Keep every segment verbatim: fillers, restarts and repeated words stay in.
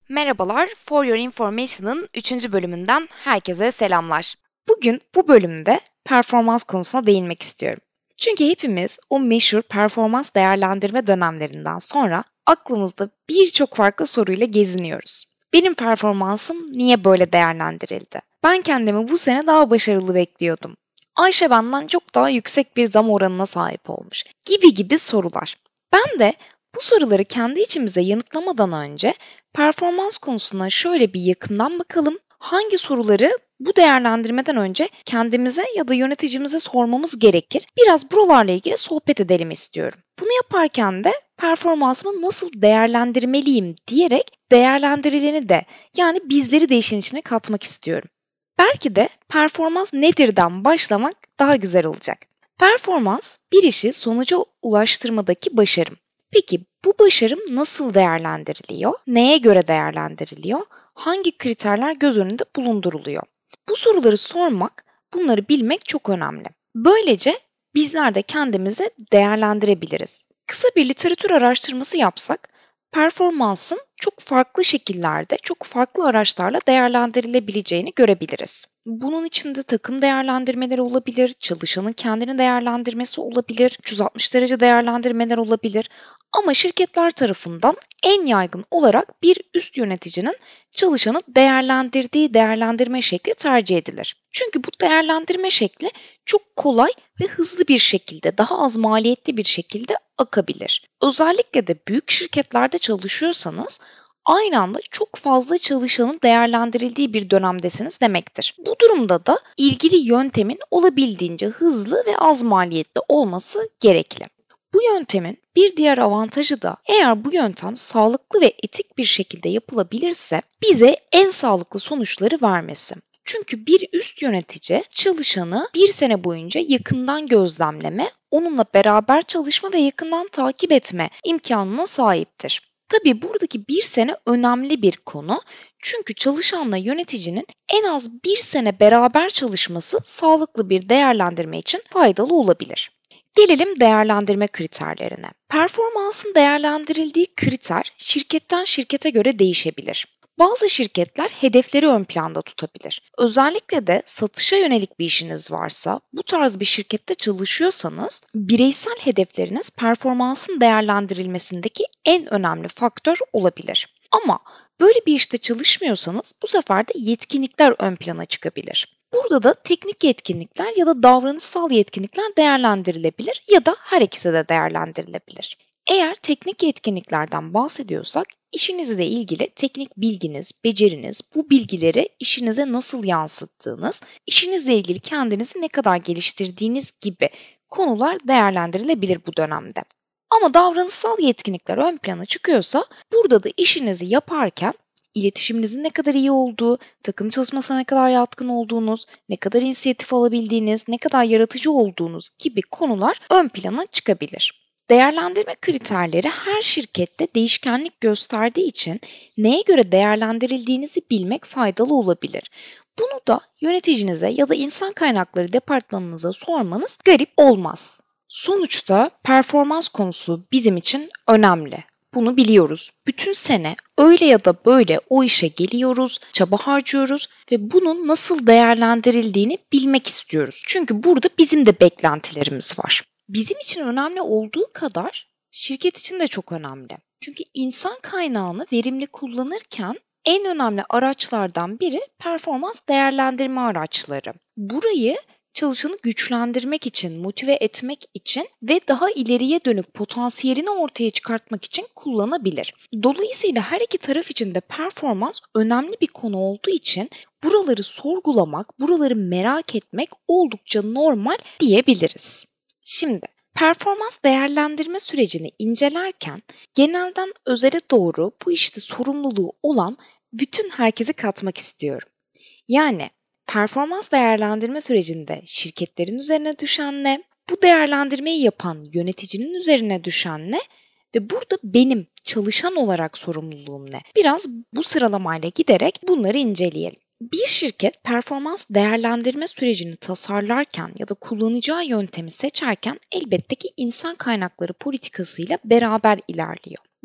Merhabalar, For Your Information'ın üçüncü bölümünden herkese selamlar. Bugün bu bölümde performans konusuna değinmek istiyorum. Çünkü hepimiz o meşhur performans değerlendirme dönemlerinden sonra aklımızda birçok farklı soruyla geziniyoruz. Benim performansım niye böyle değerlendirildi? Ben kendimi bu sene daha başarılı bekliyordum. Ayşe benden çok daha yüksek bir zam oranına sahip olmuş gibi gibi sorular. Ben de bu soruları kendi içimizde yanıtlamadan önce performans konusuna şöyle bir yakından bakalım. Hangi soruları bu değerlendirmeden önce kendimize ya da yöneticimize sormamız gerekir? Biraz buralarla ilgili sohbet edelim istiyorum. Bunu yaparken de performansımı nasıl değerlendirmeliyim diyerek değerlendirileni de yani bizleri de işin içine katmak istiyorum. Belki de performans nedirden başlamak daha güzel olacak. Performans bir işi sonuca ulaştırmadaki başarım. Peki bu başarım nasıl değerlendiriliyor? Neye göre değerlendiriliyor? Hangi kriterler göz önünde bulunduruluyor? Bu soruları sormak, bunları bilmek çok önemli. Böylece bizler de kendimizi değerlendirebiliriz. Kısa bir literatür araştırması yapsak, performansın çok farklı şekillerde, çok farklı araçlarla değerlendirilebileceğini görebiliriz. Bunun içinde takım değerlendirmeleri olabilir, çalışanın kendini değerlendirmesi olabilir, üç yüz altmış derece değerlendirmeler olabilir. Ama şirketler tarafından en yaygın olarak bir üst yöneticinin çalışanı değerlendirdiği değerlendirme şekli tercih edilir. Çünkü bu değerlendirme şekli çok kolay ve hızlı bir şekilde, daha az maliyetli bir şekilde akabilir. Özellikle de büyük şirketlerde çalışıyorsanız aynı anda çok fazla çalışanın değerlendirildiği bir dönemdesiniz demektir. Bu durumda da ilgili yöntemin olabildiğince hızlı ve az maliyetli olması gerekli. Bu yöntemin bir diğer avantajı da eğer bu yöntem sağlıklı ve etik bir şekilde yapılabilirse bize en sağlıklı sonuçları vermesi. Çünkü bir üst yönetici çalışanı bir sene boyunca yakından gözlemleme, onunla beraber çalışma ve yakından takip etme imkanına sahiptir. Tabii buradaki bir sene önemli bir konu. Çünkü çalışanla yöneticinin en az bir sene beraber çalışması sağlıklı bir değerlendirme için faydalı olabilir. Gelelim değerlendirme kriterlerine. Performansın değerlendirildiği kriter şirketten şirkete göre değişebilir. Bazı şirketler hedefleri ön planda tutabilir. Özellikle de satışa yönelik bir işiniz varsa, bu tarz bir şirkette çalışıyorsanız bireysel hedefleriniz performansın değerlendirilmesindeki en önemli faktör olabilir. Ama böyle bir işte çalışmıyorsanız bu sefer de yetkinlikler ön plana çıkabilir. Burada da teknik yetkinlikler ya da davranışsal yetkinlikler değerlendirilebilir ya da her ikisi de değerlendirilebilir. Eğer teknik yetkinliklerden bahsediyorsak, işinizle ilgili teknik bilginiz, beceriniz, bu bilgileri işinize nasıl yansıttığınız, işinizle ilgili kendinizi ne kadar geliştirdiğiniz gibi konular değerlendirilebilir bu dönemde. Ama davranışsal yetkinlikler ön plana çıkıyorsa, burada da işinizi yaparken iletişiminizin ne kadar iyi olduğu, takım çalışmasına ne kadar yatkın olduğunuz, ne kadar inisiyatif alabildiğiniz, ne kadar yaratıcı olduğunuz gibi konular ön plana çıkabilir. Değerlendirme kriterleri her şirkette değişkenlik gösterdiği için neye göre değerlendirildiğinizi bilmek faydalı olabilir. Bunu da yöneticinize ya da insan kaynakları departmanınıza sormanız garip olmaz. Sonuçta performans konusu bizim için önemli. Bunu biliyoruz. Bütün sene öyle ya da böyle o işe geliyoruz, çaba harcıyoruz ve bunun nasıl değerlendirildiğini bilmek istiyoruz. Çünkü burada bizim de beklentilerimiz var. Bizim için önemli olduğu kadar şirket için de çok önemli. Çünkü insan kaynağını verimli kullanırken en önemli araçlardan biri performans değerlendirme araçları. Burayı çalışanı güçlendirmek için, motive etmek için ve daha ileriye dönük potansiyelini ortaya çıkartmak için kullanabilir. Dolayısıyla her iki taraf için de performans önemli bir konu olduğu için buraları sorgulamak, buraları merak etmek oldukça normal diyebiliriz. Şimdi performans değerlendirme sürecini incelerken genelden özele doğru bu işte sorumluluğu olan bütün herkesi katmak istiyorum. Yani performans değerlendirme sürecinde şirketlerin üzerine düşen ne, bu değerlendirmeyi yapan yöneticinin üzerine düşen ne ve burada benim çalışan olarak sorumluluğum ne? Biraz bu sıralamayla giderek bunları inceleyelim. Bir şirket performans değerlendirme sürecini tasarlarken ya da kullanacağı yöntemi seçerken elbette ki insan kaynakları politikasıyla beraber ilerliyor.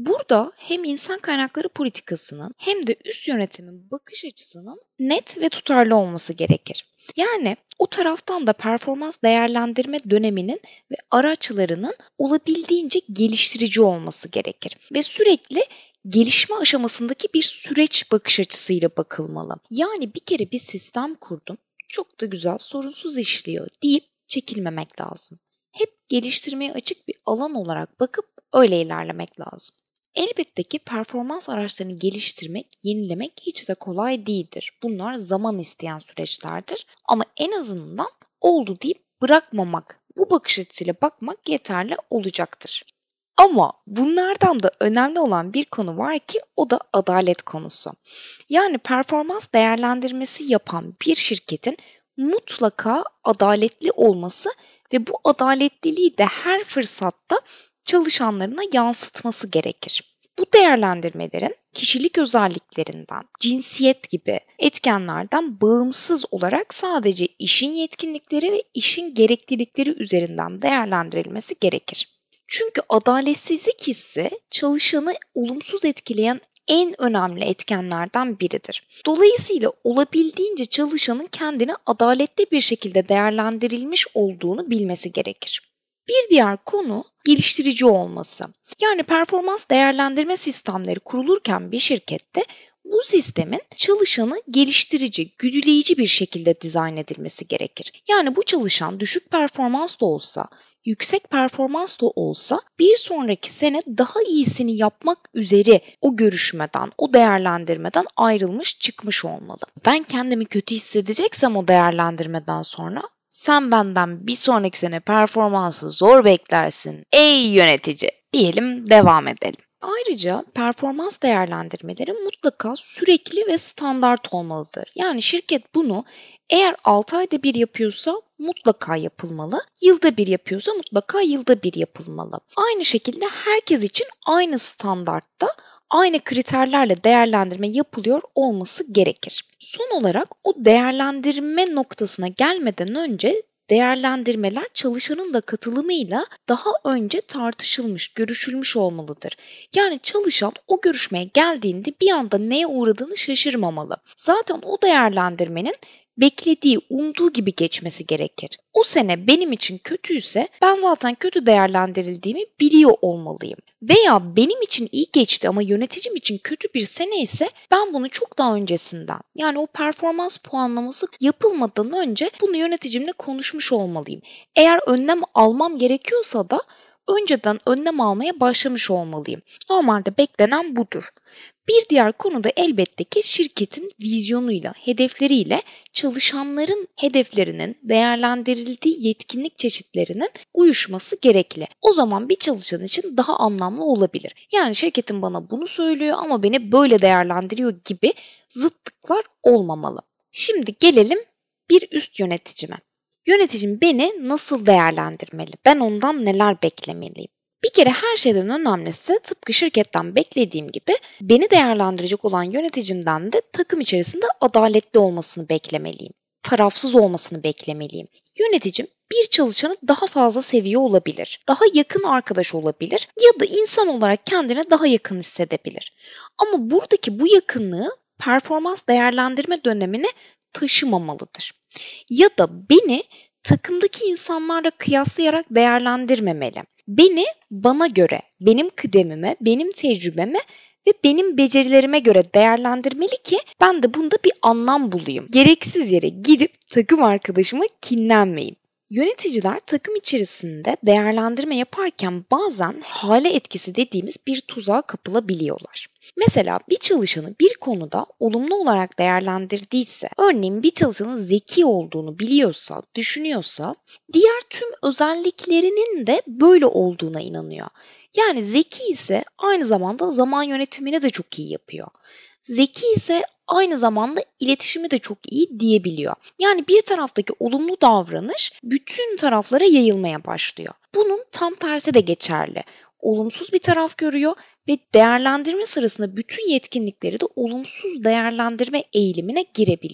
Burada hem insan kaynakları politikasının hem de üst yönetimin bakış açısının net ve tutarlı olması gerekir. Yani o taraftan da performans değerlendirme döneminin ve araçlarının olabildiğince geliştirici olması gerekir ve sürekli gelişme aşamasındaki bir süreç bakış açısıyla bakılmalı. Yani bir kere bir sistem kurdum, çok da güzel, sorunsuz işliyor deyip çekilmemek lazım. Hep geliştirmeye açık bir alan olarak bakıp öyle ilerlemek lazım. Elbette ki performans araçlarını geliştirmek, yenilemek hiç de kolay değildir. Bunlar zaman isteyen süreçlerdir ama en azından oldu deyip bırakmamak, bu bakış açısıyla bakmak yeterli olacaktır. Ama bunlardan da önemli olan bir konu var ki o da adalet konusu. Yani performans değerlendirmesi yapan bir şirketin mutlaka adaletli olması ve bu adaletliliği de her fırsatta çalışanlarına yansıtması gerekir. Bu değerlendirmelerin kişilik özelliklerinden, cinsiyet gibi etkenlerden bağımsız olarak sadece işin yetkinlikleri ve işin gereklilikleri üzerinden değerlendirilmesi gerekir. Çünkü adaletsizlik hissi çalışanı olumsuz etkileyen en önemli etkenlerden biridir. Dolayısıyla olabildiğince çalışanın kendini adaletli bir şekilde değerlendirilmiş olduğunu bilmesi gerekir. Bir diğer konu geliştirici olması. Yani performans değerlendirme sistemleri kurulurken bir şirkette bu sistemin çalışanı geliştirici, güdüleyici bir şekilde dizayn edilmesi gerekir. Yani bu çalışan düşük performans da olsa, yüksek performans da olsa bir sonraki sene daha iyisini yapmak üzere o görüşmeden, o değerlendirmeden ayrılmış çıkmış olmalı. Ben kendimi kötü hissedeceksem o değerlendirmeden sonra sen benden bir sonraki sene performansı zor beklersin ey yönetici diyelim, devam edelim. Ayrıca performans değerlendirmeleri mutlaka sürekli ve standart olmalıdır. Yani şirket bunu eğer altı ayda bir yapıyorsa mutlaka yapılmalı, yılda bir yapıyorsa mutlaka yılda bir yapılmalı. Aynı şekilde herkes için aynı standartta, aynı kriterlerle değerlendirme yapılıyor olması gerekir. Son olarak o değerlendirme noktasına gelmeden önce değerlendirmeler çalışanın da katılımıyla daha önce tartışılmış, görüşülmüş olmalıdır. Yani çalışan o görüşmeye geldiğinde bir anda neye uğradığını şaşırmamalı. Zaten o değerlendirmenin beklediği, umduğu gibi geçmesi gerekir. O sene benim için kötüyse ben zaten kötü değerlendirildiğimi biliyor olmalıyım. Veya benim için iyi geçti ama yöneticim için kötü bir sene ise ben bunu çok daha öncesinden, yani o performans puanlaması yapılmadan önce bunu yöneticimle konuşmuş olmalıyım. Eğer önlem almam gerekiyorsa da önceden önlem almaya başlamış olmalıyım. Normalde beklenen budur. Bir diğer konu da elbette ki şirketin vizyonuyla, hedefleriyle çalışanların hedeflerinin değerlendirildiği yetkinlik çeşitlerinin uyuşması gerekli. O zaman bir çalışan için daha anlamlı olabilir. Yani şirketin bana bunu söylüyor ama beni böyle değerlendiriyor gibi zıtlıklar olmamalı. Şimdi gelelim bir üst yöneticime. Yöneticim beni nasıl değerlendirmeli? Ben ondan neler beklemeliyim? Bir kere her şeyden önemlisi tıpkı şirketten beklediğim gibi beni değerlendirecek olan yöneticimden de takım içerisinde adaletli olmasını beklemeliyim. Tarafsız olmasını beklemeliyim. Yöneticim bir çalışanı daha fazla seviyor olabilir. Daha yakın arkadaş olabilir ya da insan olarak kendine daha yakın hissedebilir. Ama buradaki bu yakınlığı performans değerlendirme dönemine taşımamalıdır. Ya da beni takımdaki insanlarla kıyaslayarak değerlendirmemeli. Beni bana göre, benim kıdemime, benim tecrübeme ve benim becerilerime göre değerlendirmeli ki ben de bunda bir anlam bulayım. Gereksiz yere gidip takım arkadaşıma kinlenmeyeyim. Yöneticiler takım içerisinde değerlendirme yaparken bazen hale etkisi dediğimiz bir tuzağa kapılabiliyorlar. Mesela bir çalışanı bir konuda olumlu olarak değerlendirdiyse, örneğin bir çalışanın zeki olduğunu biliyorsa, düşünüyorsa, diğer tüm özelliklerinin de böyle olduğuna inanıyor. Yani zeki ise aynı zamanda zaman yönetimini de çok iyi yapıyor. Zeki ise aynı zamanda iletişimi de çok iyi diyebiliyor. Yani bir taraftaki olumlu davranış bütün taraflara yayılmaya başlıyor. Bunun tam tersi de geçerli. Olumsuz bir taraf görüyor ve değerlendirme sırasında bütün yetkinlikleri de olumsuz değerlendirme eğilimine girebiliyor.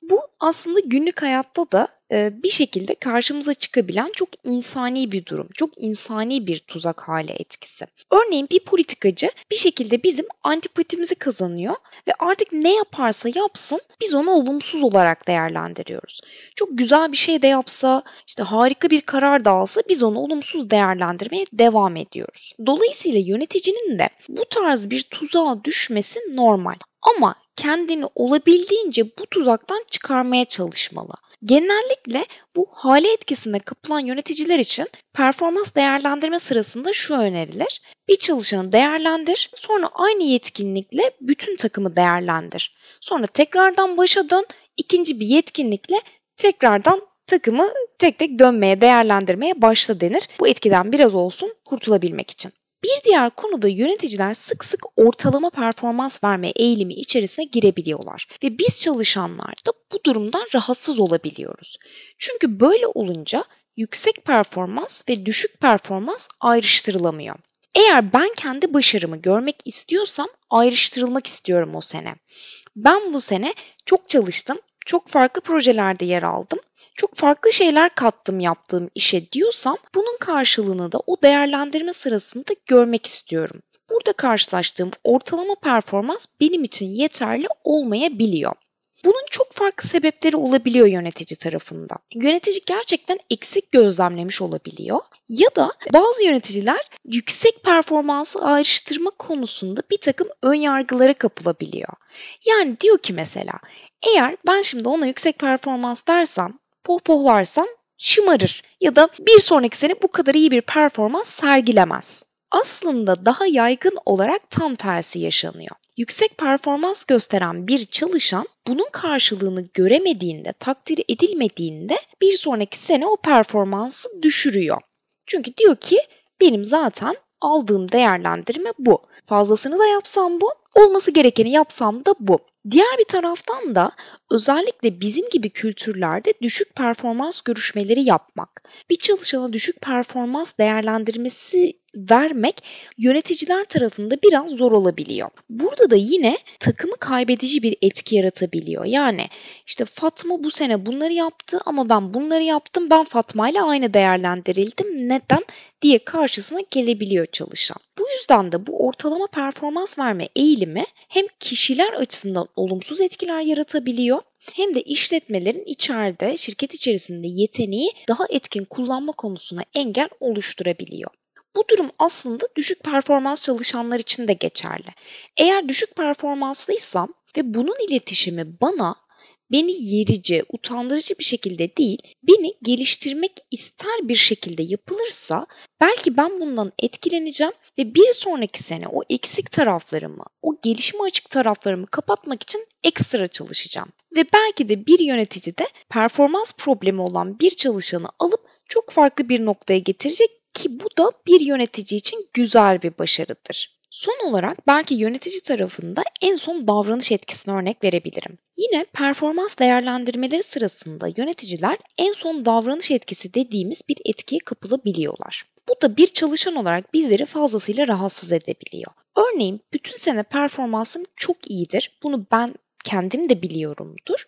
Bu aslında günlük hayatta da e, bir şekilde karşımıza çıkabilen çok insani bir durum, çok insani bir tuzak hale etkisi. Örneğin bir politikacı bir şekilde bizim antipatimizi kazanıyor ve artık ne yaparsa yapsın biz onu olumsuz olarak değerlendiriyoruz. Çok güzel bir şey de yapsa, işte harika bir karar da alsa biz onu olumsuz değerlendirmeye devam ediyoruz. Dolayısıyla yöneticinin de bu tarz bir tuzağa düşmesi normal. Ama kendini olabildiğince bu tuzaktan çıkarmaya çalışmalı. Genellikle bu hale etkisine kapılan yöneticiler için performans değerlendirme sırasında şu önerilir. Bir çalışanı değerlendir, sonra aynı yetkinlikle bütün takımı değerlendir. Sonra tekrardan başa dön, ikinci bir yetkinlikle tekrardan takımı tek tek dönmeye, değerlendirmeye başla denir. Bu etkiden biraz olsun kurtulabilmek için. Bir diğer konuda yöneticiler sık sık ortalama performans verme eğilimi içerisine girebiliyorlar ve biz çalışanlar da bu durumdan rahatsız olabiliyoruz. Çünkü böyle olunca yüksek performans ve düşük performans ayrıştırılamıyor. Eğer ben kendi başarımı görmek istiyorsam ayrıştırılmak istiyorum o sene. Ben bu sene çok çalıştım, çok farklı projelerde yer aldım. Çok farklı şeyler kattım yaptığım işe diyorsam bunun karşılığını da o değerlendirme sırasında görmek istiyorum. Burada karşılaştığım ortalama performans benim için yeterli olmayabiliyor. Bunun çok farklı sebepleri olabiliyor yönetici tarafından. Yönetici gerçekten eksik gözlemlemiş olabiliyor ya da bazı yöneticiler yüksek performansı ayrıştırma konusunda bir takım önyargılara kapılabiliyor. Yani diyor ki mesela eğer ben şimdi ona yüksek performans dersem, pohpohlarsam şımarır ya da bir sonraki sene bu kadar iyi bir performans sergilemez. Aslında daha yaygın olarak tam tersi yaşanıyor. Yüksek performans gösteren bir çalışan bunun karşılığını göremediğinde, takdir edilmediğinde bir sonraki sene o performansı düşürüyor. Çünkü diyor ki benim zaten aldığım değerlendirme bu. Fazlasını da yapsam bu, olması gerekeni yapsam da bu. Diğer bir taraftan da özellikle bizim gibi kültürlerde düşük performans görüşmeleri yapmak, bir çalışana düşük performans değerlendirmesi vermek yöneticiler tarafında biraz zor olabiliyor. Burada da yine takımı kaybedici bir etki yaratabiliyor. Yani işte Fatma bu sene bunları yaptı ama ben bunları yaptım, ben Fatma ile aynı değerlendirildim. Neden diye karşısına gelebiliyor çalışan. Bu yüzden de bu ortalama performans verme eğilimi hem kişiler açısından olumsuz etkiler yaratabiliyor hem de işletmelerin içeride, şirket içerisinde yeteneği daha etkin kullanma konusuna engel oluşturabiliyor. Bu durum aslında düşük performans çalışanlar için de geçerli. Eğer düşük performanslıysam ve bunun iletişimi bana beni yerici, utandırıcı bir şekilde değil, beni geliştirmek ister bir şekilde yapılırsa belki ben bundan etkileneceğim ve bir sonraki sene o eksik taraflarımı, o gelişime açık taraflarımı kapatmak için ekstra çalışacağım. Ve belki de bir yönetici de performans problemi olan bir çalışanı alıp çok farklı bir noktaya getirecek ki bu da bir yönetici için güzel bir başarıdır. Son olarak belki yönetici tarafında en son davranış etkisine örnek verebilirim. Yine performans değerlendirmeleri sırasında yöneticiler en son davranış etkisi dediğimiz bir etkiye kapılabiliyorlar. Bu da bir çalışan olarak bizleri fazlasıyla rahatsız edebiliyor. Örneğin bütün sene performansım çok iyidir. Bunu ben kendim de biliyorumdur.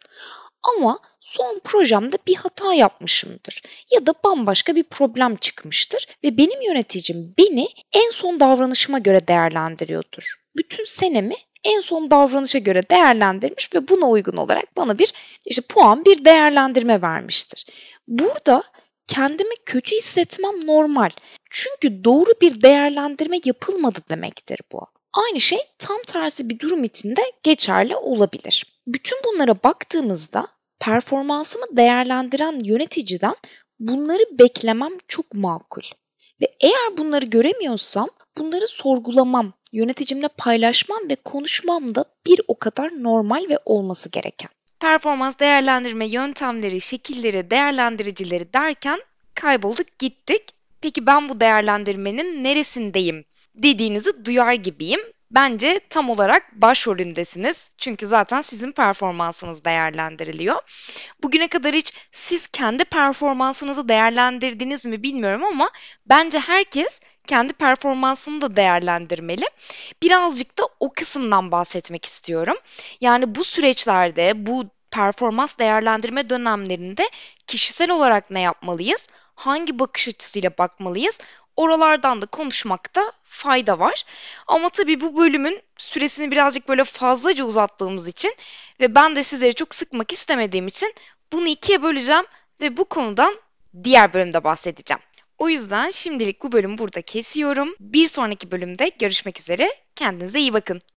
Ama son projemde bir hata yapmışımdır ya da bambaşka bir problem çıkmıştır ve benim yöneticim beni en son davranışıma göre değerlendiriyordur. Bütün senemi en son davranışa göre değerlendirmiş ve buna uygun olarak bana bir işte puan, bir değerlendirme vermiştir. Burada kendimi kötü hissetmem normal. Çünkü doğru bir değerlendirme yapılmadı demektir bu. Aynı şey tam tersi bir durum için de geçerli olabilir. Bütün bunlara baktığımızda performansımı değerlendiren yöneticiden bunları beklemem çok makul. Ve eğer bunları göremiyorsam bunları sorgulamam, yöneticimle paylaşmam ve konuşmam da bir o kadar normal ve olması gereken. Performans değerlendirme yöntemleri, şekilleri, değerlendiricileri derken kaybolduk gittik. Peki ben bu değerlendirmenin neresindeyim dediğinizi duyar gibiyim. Bence tam olarak başrolündesiniz. Çünkü zaten sizin performansınız değerlendiriliyor. Bugüne kadar hiç siz kendi performansınızı değerlendirdiniz mi bilmiyorum ama bence herkes kendi performansını da değerlendirmeli. Birazcık da o kısımdan bahsetmek istiyorum. Yani bu süreçlerde, bu performans değerlendirme dönemlerinde kişisel olarak ne yapmalıyız? Hangi bakış açısıyla bakmalıyız? Oralardan da konuşmakta fayda var. Ama tabii bu bölümün süresini birazcık böyle fazlaca uzattığımız için ve ben de sizleri çok sıkmak istemediğim için bunu ikiye böleceğim ve bu konudan diğer bölümde bahsedeceğim. O yüzden şimdilik bu bölümü burada kesiyorum. Bir sonraki bölümde görüşmek üzere. Kendinize iyi bakın.